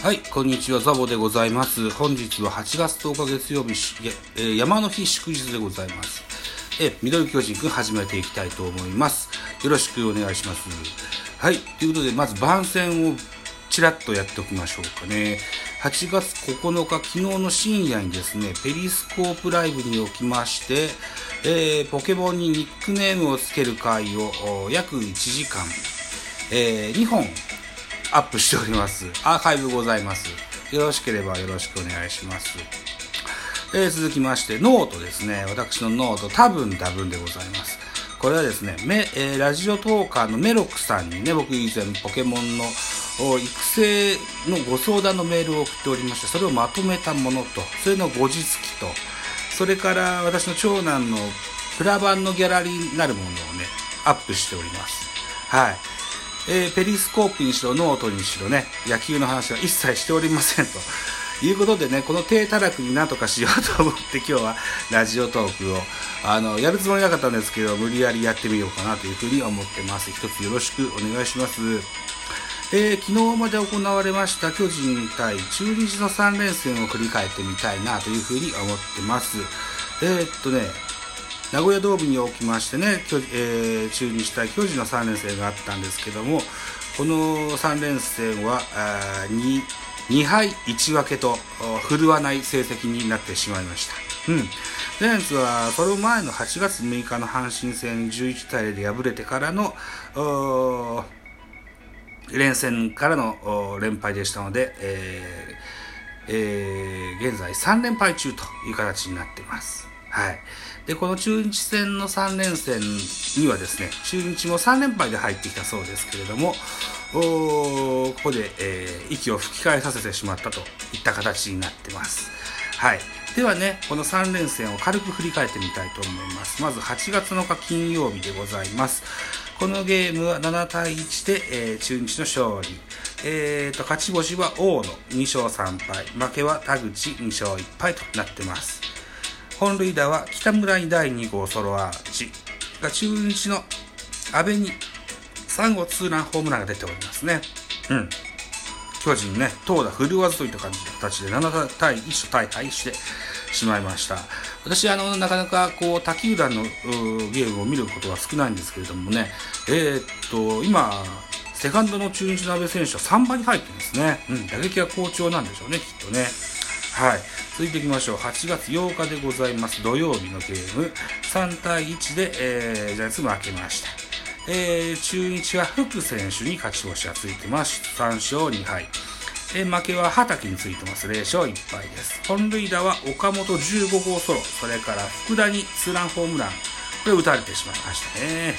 はい、こんにちは、ザボでございます。本日は8月10日月曜日、山の日祝日でございます。ミドル巨人くん始めていきたいと思います。よろしくお願いします。はい、ということで、まず番宣をちらっとやっておきましょうかね。8月9日、昨日の深夜にですね、ペリスコープライブにおきまして、ポケモンにニックネームをつける回を約1時間、2本アップしております。アーカイブございます。よろしければよろしくお願いします。続きましてノートですね。私のノート多分多分でございます。これはですね、ラジオトーカーのメロクさんにね、僕以前ポケモンの育成のご相談のメールを送っておりまして、それをまとめたものと、それの後日記と、それから私の長男のプラ版のギャラリーになるものをね、アップしております。はい。ペリスコープにしろノートにしろね、野球の話は一切しておりませんということでね、この低たらくになんとかしようと思って今日はラジオトークをやるつもりなかったんですけど、無理やりやってみようかなというふうに思ってます。一つよろしくお願いします。昨日まで行われました巨人対中日の3連戦を振り返ってみたいなというふうに思ってます。名古屋ドームにおきましてね、中日対巨人の3連戦があったんですけども、この3連戦は2敗1分けと振るわない成績になってしまいました。ジャイアンツはその前の8月6日の阪神戦11対0で敗れてからの連戦からの連敗でしたので、現在3連敗中という形になっています。はい。で、この中日戦の3連戦にはですね、中日も3連敗で入ってきたそうですけれども、ここで、息を吹き返させてしまったといった形になっています。はい。ではね、この3連戦を軽く振り返ってみたいと思います。まず8月の日金曜日でございます。このゲームは7対1で、中日の勝利。勝ち星は大野2勝3敗、負けは田口2勝1敗となっています。本塁打は北村に第2号ソロアーチが、中日の阿部に3号ツーランホームランが出ておりますね。巨人ね、投打振るわずといった形で7対1と大敗してしまいました。私なかなか他球団のゲームを見ることは少ないんですけれどもね、今セカンドの中日の阿部選手は3番に入ってるんですね。打撃は好調なんでしょうね、きっとね。はい。続いていきましょう。8月8日でございます。土曜日のゲーム。3対1で、ジャイアンツ負けました。中日は福選手に勝ち星がついてます。3勝2敗。負けは畑についてます。0勝1敗です。本塁打は岡本15号ソロ。それから福田にツーランホームラン。これ打たれてしまいましたね。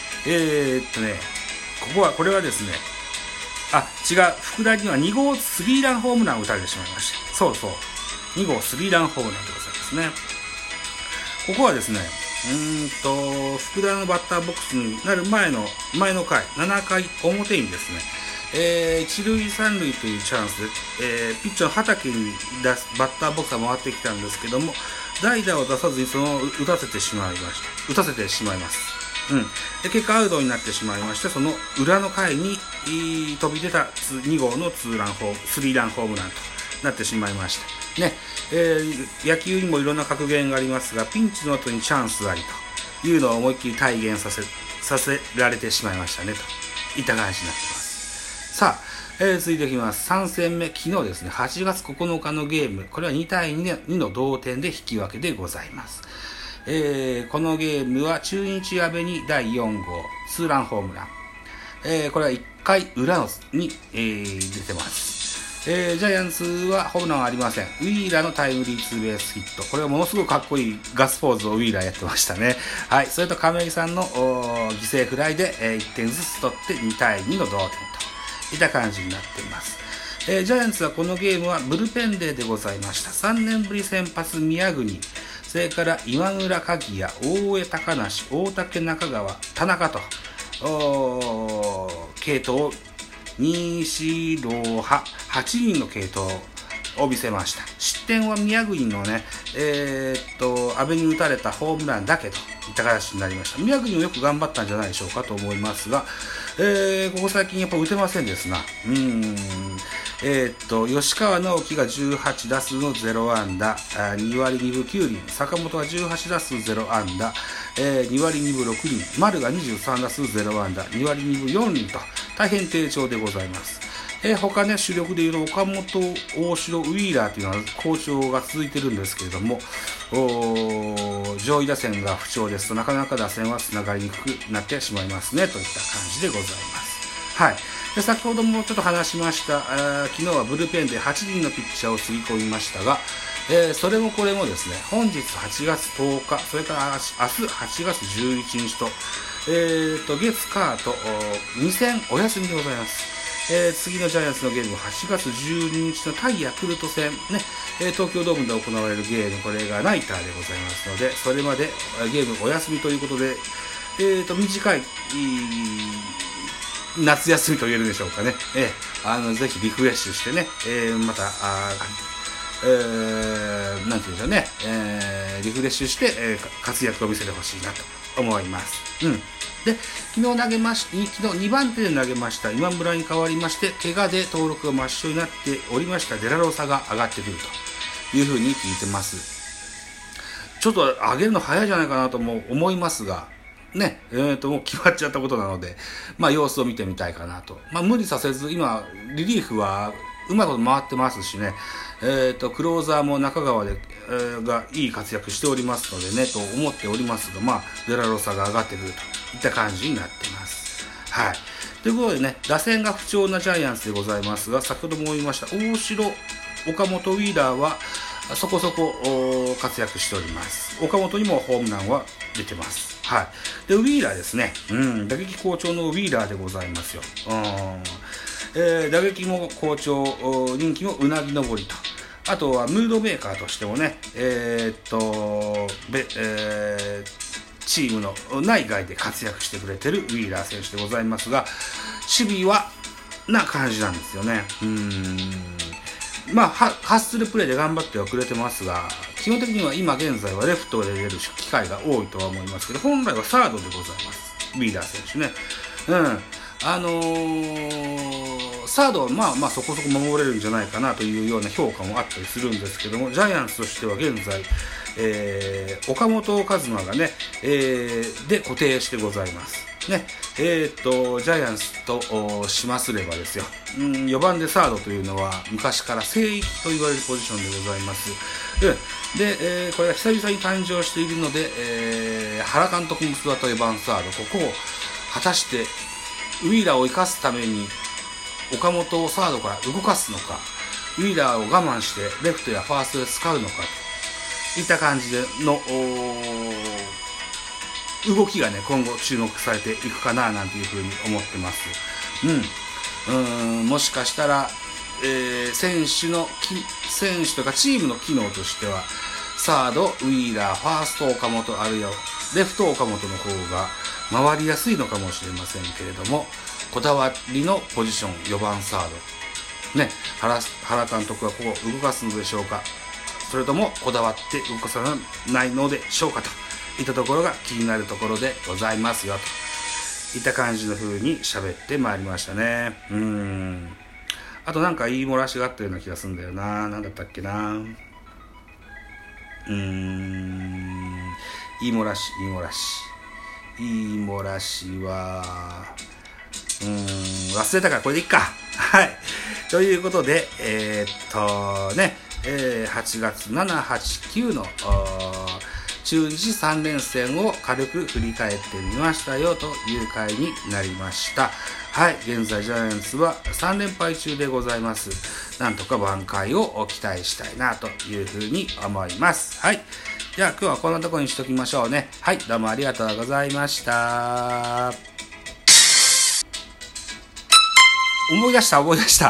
これはですね、違う。福田には2号スリーランホームランを打たれてしまいました。そう。2号スリーランホームランでございますね。ここはですね、福田のバッターボックスになる前の回、7回表にですね、一塁三塁というチャンスで、ピッチャーの畑にバッターボックスが回ってきたんですけども、代打を出さずに打たせてしまいます。で、結果アウトになってしまいまして、その裏の回に飛び出た2号のスリーランホームランとなってしまいました。ね、野球にもいろんな格言がありますが、ピンチの後にチャンスありというのを思いっきり体現させられてしまいましたね、といった感じになっています。さあ、続いていきます。3戦目、昨日ですね、8月9日のゲーム、これは2対2の同点で引き分けでございます。このゲームは中日阿部に第4号ツーランホームラン、これは1回裏に、出てます。ジャイアンツはホームランはありません。ウィーラーのタイムリーツーベースヒット、これはものすごくかっこいいガスポーズをウィーラーやってましたね。はい。それと亀井さんの犠牲フライで、1点ずつ取って2対2の同点といった感じになっています。ジャイアンツはこのゲームはブルペンデーでございました。3年ぶり先発宮国、それから今村鍵谷、大江高梨、大竹中川、田中と継投2、4、6、8人の継投を見せました。失点は宮国のね、阿部に打たれたホームランだけといった形になりました。宮国もよく頑張ったんじゃないでしょうかと思いますが、ここ最近やっぱ打てませんですな。 吉川直樹が18打数の0安打、2割2分9厘、坂本は18打数0安打、2割2分6厘、丸が23打数0安打、2割2分4厘と大変低調でございます。他ね、主力でいうと岡本、大城、ウィーラーというのは好調が続いてるんですけれども、上位打線が不調ですとなかなか打線はつながりにくくなってしまいますねといった感じでございます。はい。で、先ほどもちょっと話しました、昨日はブルペンで8人のピッチャーをつぎ込みましたが、それもこれもですね、本日8月10日、それから明日8月11日と、月火と2戦お休みでございます。次のジャイアンツのゲーム8月12日の対ヤクルト戦ね、東京ドームで行われるゲーム、これがナイターでございますので、それまでゲームお休みということで、短い夏休みと言えるでしょうかね。ぜひリフレッシュしてね、またなんていうんでしょうね、リフレッシュして、活躍を見せてほしいなと思います。で、昨日2番手で投げました今村に代わりまして、怪我で登録が抹消になっておりましたデラロサが上がってくるというふうに聞いてます。ちょっと上げるの早いじゃないかなとも思いますが、ね、もう決まっちゃったことなので、様子を見てみたいかなと。無理させず、今、リリーフはうまいこと回ってますしね、クローザーも中川で、がいい活躍しておりますのでね、と思っておりますが、デラロサが上がってくるといった感じになっています。はい。ということでね、打線が不調なジャイアンツでございますが、先ほども言いました、大城、岡本、ウィーラーは、そこそこ活躍しております。岡本にもホームランは出てます。はい。で、ウィーラーですね。打撃好調のウィーラーでございますよ。打撃も好調、人気もうなぎ登りと。あとはムードメーカーとしてもね、チームの内外で活躍してくれてるウィーラー選手でございますが、守備はな感じなんですよね。ハッスルプレーで頑張ってはくれてますが、基本的には今現在はレフトで出る機会が多いとは思いますけど、本来はサードでございます。ウィーラー選手ね。サードはそこそこ守れるんじゃないかなというような評価もあったりするんですけども、ジャイアンツとしては現在、岡本和真がね、で固定してございます。ね、ジャイアンツとしますればですよ、4番でサードというのは昔から聖域と言われるポジションでございます。で、これが久々に誕生しているので、原監督も座った4番サード、ここを果たしてウィーラーを生かすために岡本をサードから動かすのか、ウィーラーを我慢してレフトやファーストで使うのかといった感じでの動きがね、今後注目されていくかななんていうふうに思ってます。もしかしたら、選手とかチームの機能としてはサードウィーラー、ファースト岡本、あるいはレフト岡本の方が回りやすいのかもしれませんけれども、こだわりのポジション4番サードね、原監督はここを動かすのでしょうか、それともこだわって動かさないのでしょうかといったところが気になるところでございますよといった感じの風に喋ってまいりましたね。あとなんか言い漏らしがあったような気がするんだよな。なんだったっけな。言い漏らしは忘れたからこれでいっか。はい。ということで8月7、8、9の中日3連戦を軽く振り返ってみましたよという回になりました。はい。現在ジャイアンツは3連敗中でございます。なんとか挽回を期待したいなというふうに思います。はい。じゃあ今日はこんなところにしときましょうね。はい。どうもありがとうございました。思い出した。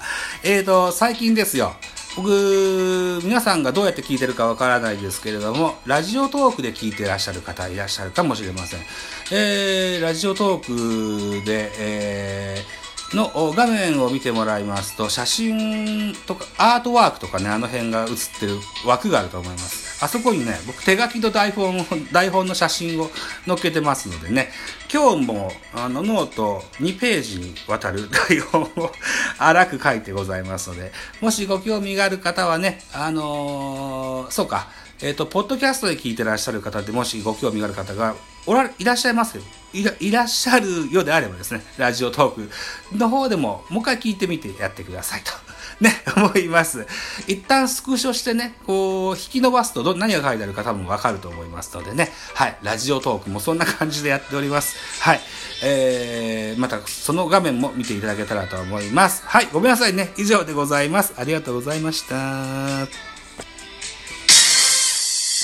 最近ですよ。僕、皆さんがどうやって聞いてるかわからないですけれども、ラジオトークで聞いていらっしゃる方いらっしゃるかもしれません。ラジオトークで、の画面を見てもらいますと、写真とかアートワークとかね、あの辺が映ってる枠があると思います。 あそこにね、僕手書きの台本の写真を載っけてますのでね、今日もノート2ページにわたる台本を荒く書いてございますので、もしご興味がある方はね、そうか、ポッドキャストで聞いてらっしゃる方でもしご興味がある方がいらっしゃいますよ。いらっしゃるようであればですね、ラジオトークの方でももう一回聞いてみてやってくださいと。ね、思います。一旦スクショしてね、こう、引き伸ばすと何が書いてあるか多分わかると思いますのでね。はい。ラジオトークもそんな感じでやっております。はい。またその画面も見ていただけたらと思います。はい。ごめんなさいね。以上でございます。ありがとうございました。